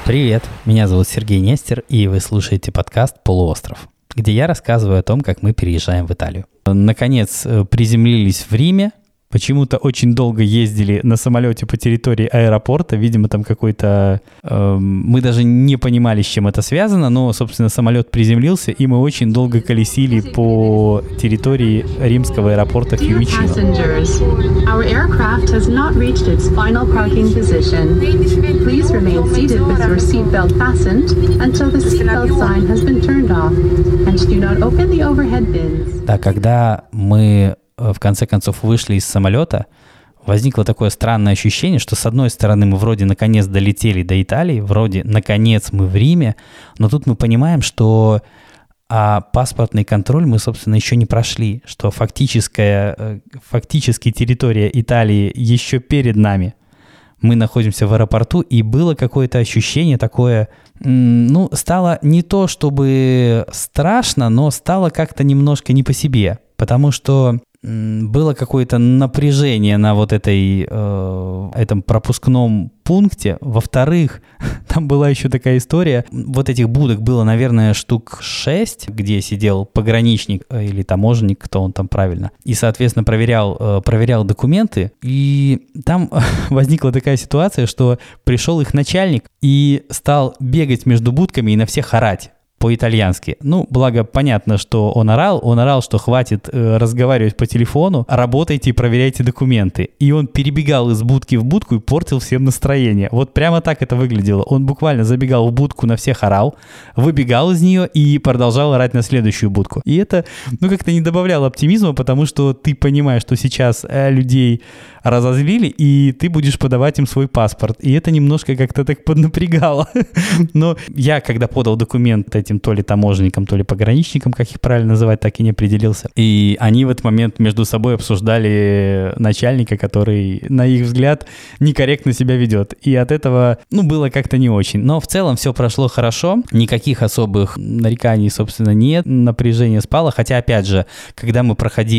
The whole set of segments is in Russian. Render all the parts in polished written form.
Привет, меня зовут Сергей Нестер, и вы слушаете подкаст «Полуостров», где я рассказываю о том, как мы переезжаем в Италию. Наконец, приземлились в Риме. Почему-то очень долго ездили на самолете по территории аэропорта. Видимо, там какой-то... мы даже не понимали, с чем это связано, но, собственно, самолет приземлился, и мы очень долго колесили по территории римского аэропорта Фьюмичино. Да, когда мы в конце концов вышли из самолета, возникло такое странное ощущение, что с одной стороны мы вроде наконец долетели до Италии, вроде наконец мы в Риме, но тут мы понимаем, что паспортный контроль мы, собственно, еще не прошли, что фактически территория Италии еще перед нами. Мы находимся в аэропорту, и было какое-то ощущение такое, стало не то чтобы страшно, но стало как-то немножко не по себе, потому что было какое-то напряжение на вот этом пропускном пункте. Во-вторых, там была еще такая история. Вот этих будок было, наверное, штук 6, где сидел пограничник или таможенник, кто он там правильно. И, соответственно, проверял документы. И там возникла такая ситуация, что пришел их начальник и стал бегать между будками и на всех орать по-итальянски. Благо, понятно, что он орал, что хватит разговаривать по телефону, работайте и проверяйте документы. И он перебегал из будки в будку и портил всем настроение. Вот прямо так это выглядело. Он буквально забегал в будку, на всех орал, выбегал из нее и продолжал орать на следующую будку. И это, как-то не добавляло оптимизма, потому что ты понимаешь, что сейчас людей разозлили, и ты будешь подавать им свой паспорт. И это немножко как-то так поднапрягало. Но я, когда подал документ этим то ли таможенникам, то ли пограничникам, как их правильно называть, так и не определился. И они в этот момент между собой обсуждали начальника, который, на их взгляд, некорректно себя ведет. И от этого, было как-то не очень. Но в целом все прошло хорошо. Никаких особых нареканий, собственно, нет. Напряжение спало. Хотя, опять же, когда мы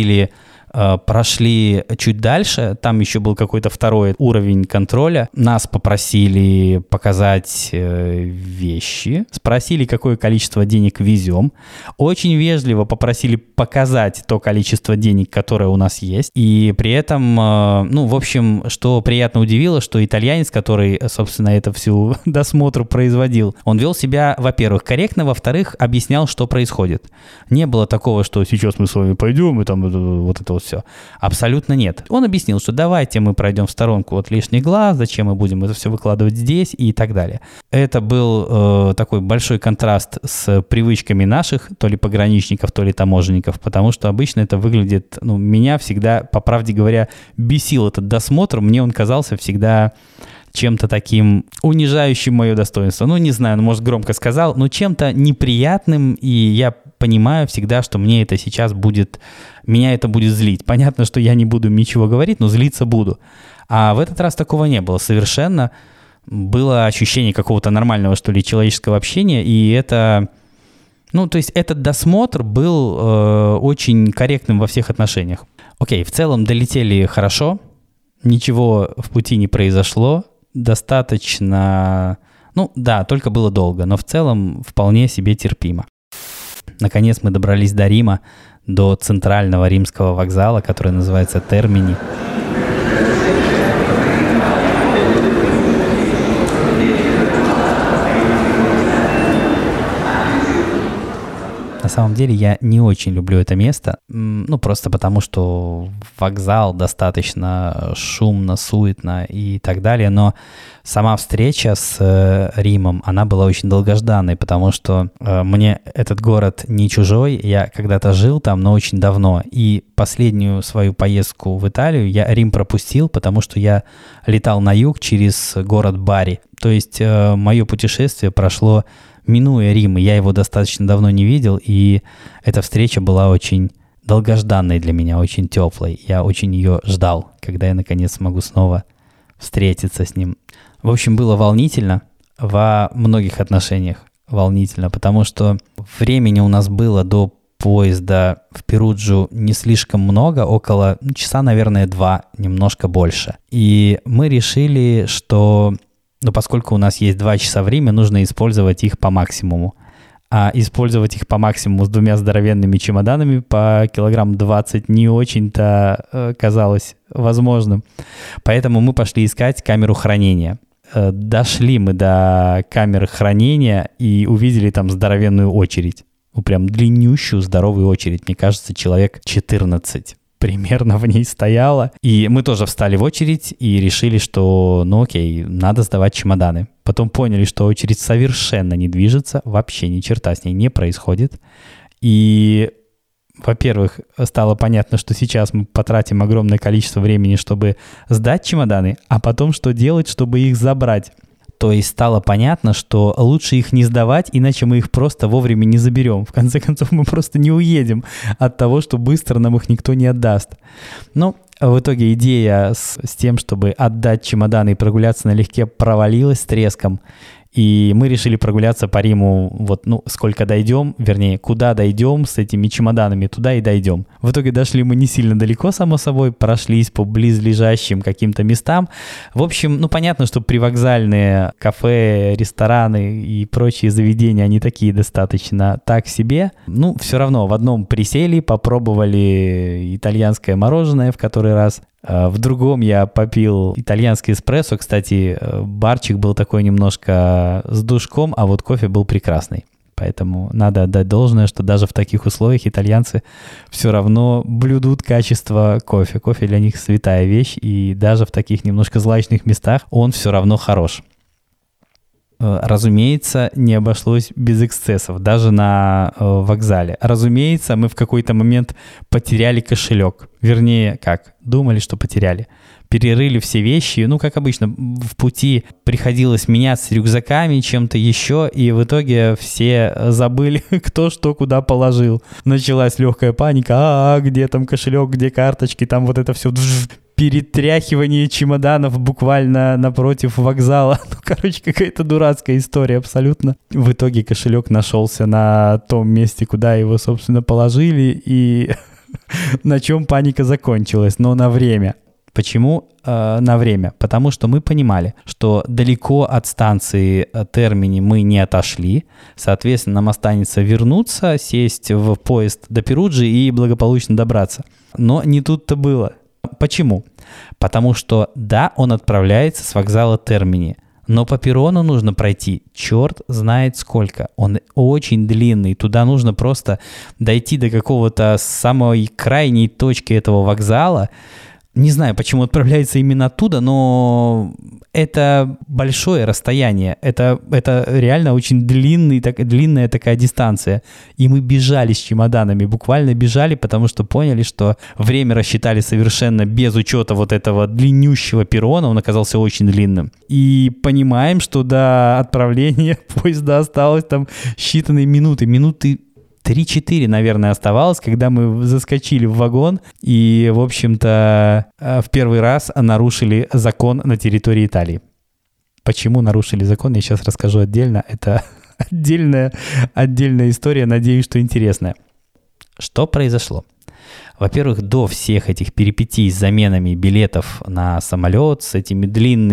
прошли чуть дальше, там еще был какой-то второй уровень контроля. Нас попросили показать вещи, спросили, какое количество денег везем. Очень вежливо попросили показать то количество денег, которое у нас есть. И при этом, в общем, что приятно удивило, что итальянец, который, собственно, это всю досмотр производил, он вел себя, во-первых, корректно, во-вторых, объяснял, что происходит. Не было такого, что сейчас мы с вами пойдем, и там вот это вот все. Абсолютно нет. Он объяснил, что давайте мы пройдем в сторонку от лишних глаз, зачем мы будем это все выкладывать здесь и так далее. Это был такой большой контраст с привычками наших, то ли пограничников, то ли таможенников, потому что обычно это выглядит, меня всегда, по правде говоря, бесил этот досмотр, мне он казался всегда чем-то таким унижающим мое достоинство. Не знаю, может, громко сказал, но чем-то неприятным, и я понимаю всегда, что меня это будет злить. Понятно, что я не буду ничего говорить, но злиться буду. А в этот раз такого не было совершенно. Было ощущение какого-то нормального, что ли, человеческого общения, и это... то есть этот досмотр был очень корректным во всех отношениях. Окей, в целом долетели хорошо, ничего в пути не произошло, достаточно... только было долго, но в целом вполне себе терпимо. Наконец мы добрались до Рима, до центрального римского вокзала, который называется Термини. На самом деле я не очень люблю это место, просто потому что вокзал достаточно шумно, суетно и так далее, но сама встреча с Римом, она была очень долгожданной, потому что мне этот город не чужой, я когда-то жил там, но очень давно, и последнюю свою поездку в Италию я Рим пропустил, потому что я летал на юг через город Бари, то есть мое путешествие прошло минуя Рим, и я его достаточно давно не видел, и эта встреча была очень долгожданной для меня, очень теплой. Я очень ее ждал, когда я наконец смогу снова встретиться с ним. В общем, было волнительно во многих отношениях. Волнительно, потому что времени у нас было до поезда в Перуджу не слишком много, около часа, наверное, 2, немножко больше. И мы решили, что Но поскольку у нас есть 2 часа времени, нужно использовать их по максимуму. А использовать их по максимуму с 2 здоровенными чемоданами по килограмм 20 не очень-то казалось возможным. Поэтому мы пошли искать камеру хранения. Дошли мы до камеры хранения и увидели там здоровенную очередь. Ну, прям длиннющую здоровую очередь. Мне кажется, человек 14 примерно в ней стояло. И мы тоже встали в очередь и решили, что, ну окей, надо сдавать чемоданы. Потом поняли, что очередь совершенно не движется, вообще ни черта с ней не происходит. И, во-первых, стало понятно, что сейчас мы потратим огромное количество времени, чтобы сдать чемоданы, а потом что делать, чтобы их забрать. То есть стало понятно, что лучше их не сдавать, иначе мы их просто вовремя не заберем. В конце концов, мы просто не уедем от того, что быстро нам их никто не отдаст. Ну, в итоге идея с тем, чтобы отдать чемоданы и прогуляться налегке, провалилась с треском. И мы решили прогуляться по Риму, вот, ну, сколько дойдем, вернее, куда дойдем с этими чемоданами, туда и дойдем. В итоге дошли мы не сильно далеко, само собой, прошлись по близлежащим каким-то местам. В общем, ну, понятно, что привокзальные кафе, рестораны и прочие заведения, они такие достаточно так себе. Ну, все равно в одном присели, попробовали итальянское мороженое в который раз. В другом я попил итальянский эспрессо. Кстати, барчик был такой немножко с душком, а вот кофе был прекрасный. Поэтому надо отдать должное, что даже в таких условиях итальянцы все равно блюдут качество кофе. Кофе для них святая вещь, и даже в таких немножко злачных местах он все равно хорош. Разумеется, не обошлось без эксцессов, даже на вокзале. Разумеется, мы в какой-то момент потеряли кошелек. Вернее, как? Думали, что потеряли. Перерыли все вещи. Ну, как обычно, в пути приходилось меняться рюкзаками, чем-то еще, и в итоге все забыли, кто что куда положил. Началась легкая паника. Где там кошелек, где карточки, там вот это все... Перетряхивание чемоданов буквально напротив вокзала. Ну, короче, какая-то дурацкая история абсолютно. В итоге кошелек нашелся на том месте, куда его, собственно, положили, и на чем паника закончилась, но на время. Почему на время? Потому что мы понимали, что далеко от станции Термини мы не отошли, соответственно, нам останется вернуться, сесть в поезд до Перуджи и благополучно добраться. Но не тут-то было. Почему? Потому что, да, он отправляется с вокзала Термини, но по перрону нужно пройти черт знает сколько. Он очень длинный, туда нужно просто дойти до какого-то самой крайней точки этого вокзала. Не знаю, почему отправляется именно оттуда, но это большое расстояние. Это реально очень длинная такая дистанция. И мы бежали с чемоданами, буквально бежали, потому что поняли, что время рассчитали совершенно без учета вот этого длиннющего перрона. Он оказался очень длинным. И понимаем, что до отправления поезда осталось там считанные минуты 3-4, наверное, оставалось, когда мы заскочили в вагон и, в общем-то, в первый раз нарушили закон на территории Италии. Почему нарушили закон, я сейчас расскажу отдельно. Это отдельная история, надеюсь, что интересная. Что произошло? Во-первых, до всех этих перипетий с заменами билетов на самолет, с этими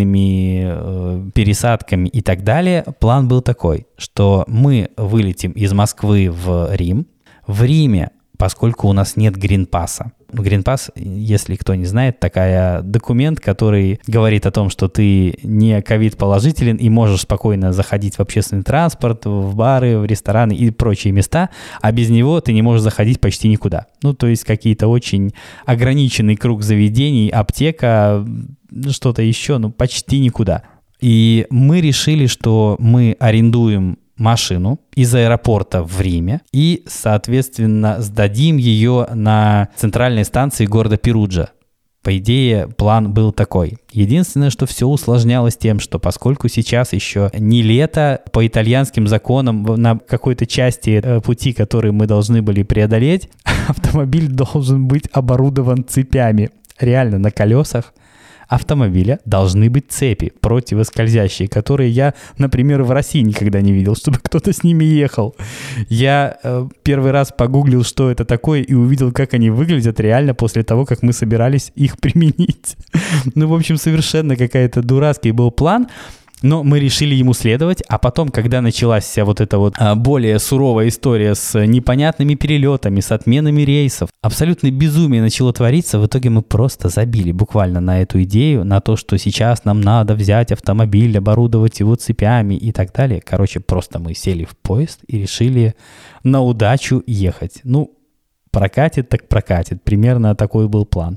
длинными пересадками и так далее, план был такой, что мы вылетим из Москвы в Рим. В Риме, поскольку у нас нет грин-пасса. Грин-пасс, если кто не знает, такая документ, который говорит о том, что ты не ковид-положителен и можешь спокойно заходить в общественный транспорт, в бары, в рестораны и прочие места, а без него ты не можешь заходить почти никуда. Ну, то есть какие-то очень ограниченный круг заведений, аптека, что-то еще, ну, почти никуда. И мы решили, что мы арендуем машину из аэропорта в Риме и, соответственно, сдадим ее на центральной станции города Перуджа. По идее, план был такой. Единственное, что все усложнялось тем, что поскольку сейчас еще не лето, по итальянским законам на какой-то части пути, который мы должны были преодолеть, автомобиль должен быть оборудован цепями. Реально, на колесах автомобиля должны быть цепи противоскользящие, которые я, например, в России никогда не видел, чтобы кто-то с ними ехал. Я первый раз погуглил, что это такое, и увидел, как они выглядят реально после того, как мы собирались их применить. Ну, в общем, совершенно какая-то дурацкий был план. Но мы решили ему следовать, а потом, когда началась вся вот эта вот более суровая история с непонятными перелетами, с отменами рейсов, абсолютное безумие начало твориться, в итоге мы просто забили буквально на эту идею, на то, что сейчас нам надо взять автомобиль, оборудовать его цепями и так далее. Короче, просто мы сели в поезд и решили на удачу ехать. Ну, прокатит так прокатит. Примерно такой был план.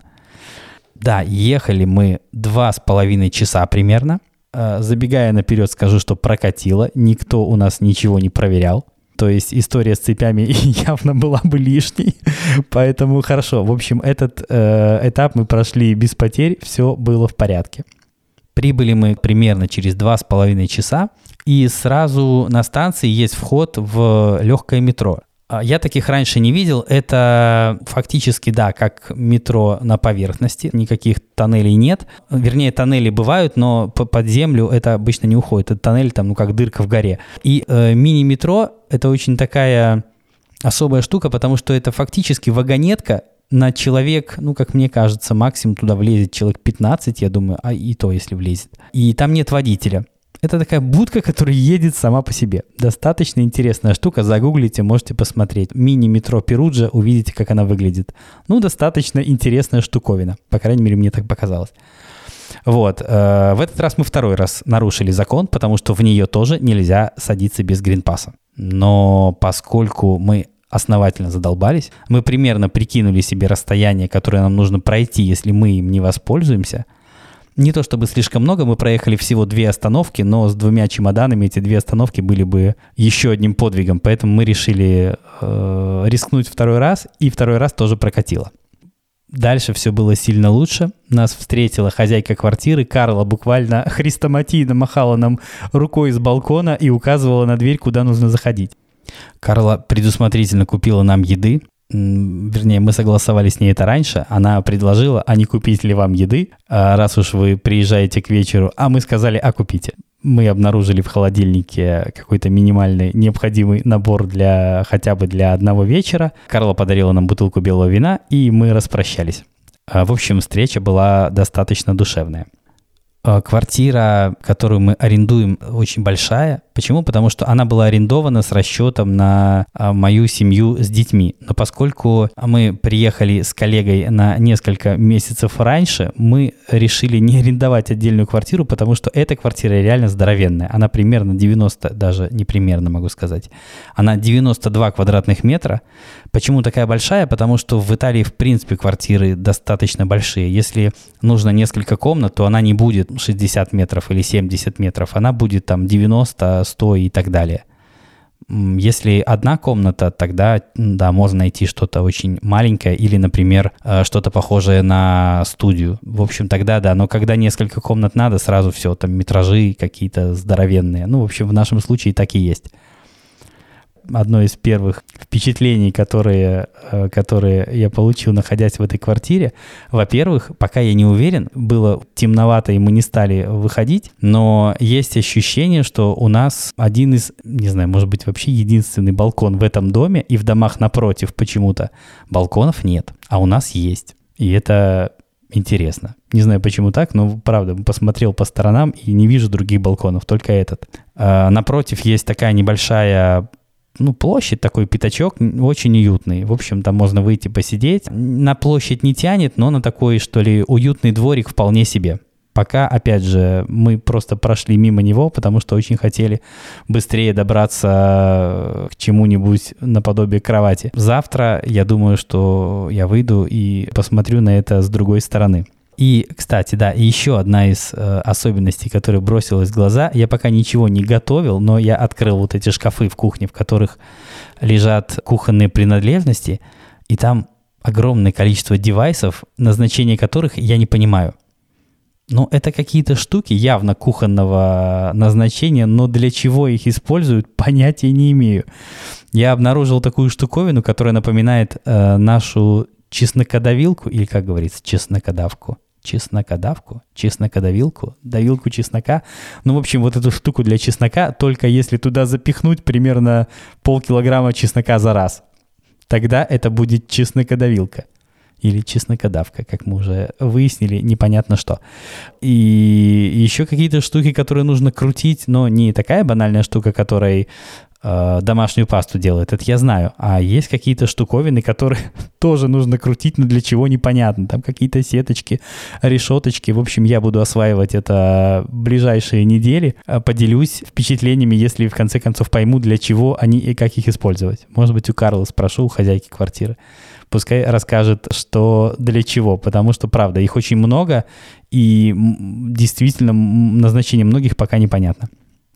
Да, ехали мы 2,5 часа примерно. Забегая наперед, скажу, что прокатило. Никто у нас ничего не проверял. То есть история с цепями явно была бы лишней. Поэтому хорошо. В общем, этот этап мы прошли без потерь. Все было в порядке. Прибыли мы примерно через 2,5 часа. И сразу на станции есть вход в легкое метро. Я таких раньше не видел. Это фактически, да, как метро на поверхности. Никаких тоннелей нет. Вернее, тоннели бывают, но под землю это обычно не уходит. Это тоннель там, ну, как дырка в горе. И мини-метро — это очень такая особая штука, потому что это фактически вагонетка на человек, ну, как мне кажется, максимум туда влезет человек 15, я думаю, а и то, если влезет. И там нет водителя. Это такая будка, которая едет сама по себе. Достаточно интересная штука. Загуглите, можете посмотреть. Мини-метро Перуджа, увидите, как она выглядит. Ну, достаточно интересная штуковина. По крайней мере, мне так показалось. Вот. В этот раз мы второй раз нарушили закон, потому что в нее тоже нельзя садиться без грин-пасса. Но поскольку мы основательно задолбались, мы примерно прикинули себе расстояние, которое нам нужно пройти, если мы им не воспользуемся. Не то чтобы слишком много, мы проехали всего 2 остановки, но с 2 чемоданами эти 2 остановки были бы еще одним подвигом, поэтому мы решили рискнуть второй раз, и второй раз тоже прокатило. Дальше все было сильно лучше. Нас встретила хозяйка квартиры, Карла, буквально хрестоматийно махала нам рукой с балкона и указывала на дверь, куда нужно заходить. Карла предусмотрительно купила нам еды. Вернее, мы согласовали с ней это раньше. Она предложила, а не купить ли вам еды, раз уж вы приезжаете к вечеру. А мы сказали, а купите. Мы обнаружили в холодильнике какой-то минимальный необходимый набор хотя бы для одного вечера. Карла подарила нам бутылку белого вина, и мы распрощались. В общем, встреча была достаточно душевная. Квартира, которую мы арендуем, очень большая. Почему? Потому что она была арендована с расчетом на мою семью с детьми. Но поскольку мы приехали с коллегой на несколько месяцев раньше, мы решили не арендовать отдельную квартиру, потому что эта квартира реально здоровенная. Она примерно 90, даже не примерно могу сказать, она 92 квадратных метра. Почему такая большая? Потому что в Италии, в принципе, квартиры достаточно большие. Если нужно несколько комнат, то она не будет 60 метров или 70 метров. Она будет там 90, 100 и так далее. Если одна комната, тогда, да, можно найти что-то очень маленькое или, например, что-то похожее на студию. В общем, тогда да. Но когда несколько комнат надо, сразу все, там метражи какие-то здоровенные. Ну, в общем, в нашем случае так и есть. Одно из первых впечатлений, которые я получил, находясь в этой квартире. Во-первых, пока я не уверен, было темновато, и мы не стали выходить, но есть ощущение, что у нас один из, не знаю, может быть, вообще единственный балкон в этом доме, и в домах напротив почему-то балконов нет, а у нас есть. И это интересно. Не знаю, почему так, но правда, посмотрел по сторонам и не вижу других балконов, только этот. Напротив есть такая небольшая площадь, такой пятачок, очень уютный. В общем, там можно выйти посидеть. На площадь не тянет, но на такой, что ли, уютный дворик вполне себе. Пока, опять же, мы просто прошли мимо него, потому что очень хотели быстрее добраться к чему-нибудь наподобие кровати. Завтра, я думаю, что я выйду и посмотрю на это с другой стороны. И, кстати, да, еще одна из особенностей, которая бросилась в глаза. Я пока ничего не готовил, но я открыл вот эти шкафы в кухне, в которых лежат кухонные принадлежности, и там огромное количество девайсов, назначение которых я не понимаю. Ну, это какие-то штуки явно кухонного назначения, но для чего их используют, понятия не имею. Я обнаружил такую штуковину, которая напоминает нашу чеснокодавилку, или, как говорится, чеснокодавку. Чеснокодавилку, давилку чеснока. Ну, в общем, вот эту штуку для чеснока, только если туда запихнуть примерно полкилограмма чеснока за раз. Тогда это будет чеснокодавилка. или чеснокодавка, как мы уже выяснили, непонятно что. И еще какие-то штуки, которые нужно крутить, но не такая банальная штука, которой домашнюю пасту делает, это я знаю. А есть какие-то штуковины, которые тоже нужно крутить, но для чего непонятно. Там какие-то сеточки, решеточки. В общем, я буду осваивать это в ближайшие недели. Поделюсь впечатлениями, если в конце концов пойму, для чего они и как их использовать. Может быть, у Карла спрошу, у хозяйки квартиры. Пускай расскажет, что для чего. Потому что, правда, их очень много, и действительно назначение многих пока непонятно.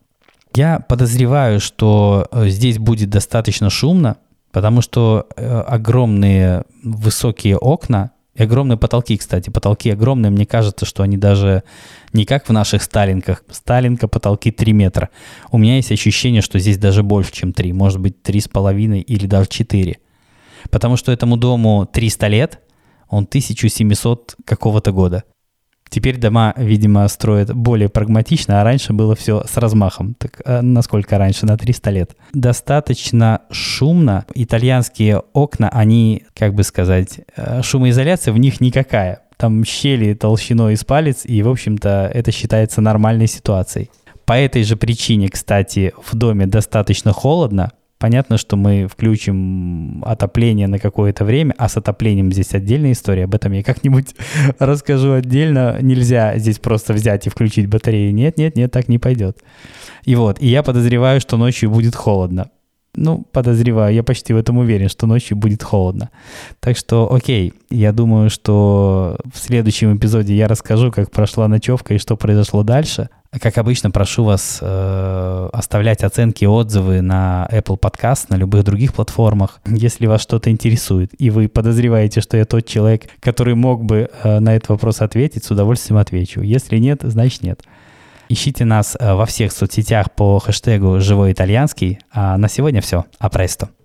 Я подозреваю, что здесь будет достаточно шумно, потому что огромные высокие окна и огромные потолки, кстати. Потолки огромные, мне кажется, что они даже не как в наших Сталинках. Сталинка потолки 3 метра. У меня есть ощущение, что здесь даже больше, чем 3. Может быть, 3,5 или даже 4. Потому что этому дому 300 лет, он 1700 какого-то года. Теперь дома, видимо, строят более прагматично, а раньше было все с размахом. Так насколько раньше? На 300 лет. Достаточно шумно. Итальянские окна, они, как бы сказать, шумоизоляция в них никакая. Там щели толщиной с палец, и, в общем-то, это считается нормальной ситуацией. По этой же причине, кстати, в доме достаточно холодно. Понятно, что мы включим отопление на какое-то время, а с отоплением здесь отдельная история. Об этом я как-нибудь расскажу отдельно. Нельзя здесь просто взять и включить батареи. Нет, так не пойдет. И я подозреваю, что ночью будет холодно. Подозреваю, я почти в этом уверен, что ночью будет холодно. Так что, окей, я думаю, что в следующем эпизоде я расскажу, как прошла ночевка и что произошло дальше. Как обычно, прошу вас оставлять оценки и отзывы на Apple Podcast, на любых других платформах. Если вас что-то интересует, и вы подозреваете, что я тот человек, который мог бы на этот вопрос ответить, с удовольствием отвечу. Если нет, значит нет. Ищите нас во всех соцсетях по хэштегу «Живой итальянский». А на сегодня все. А престо.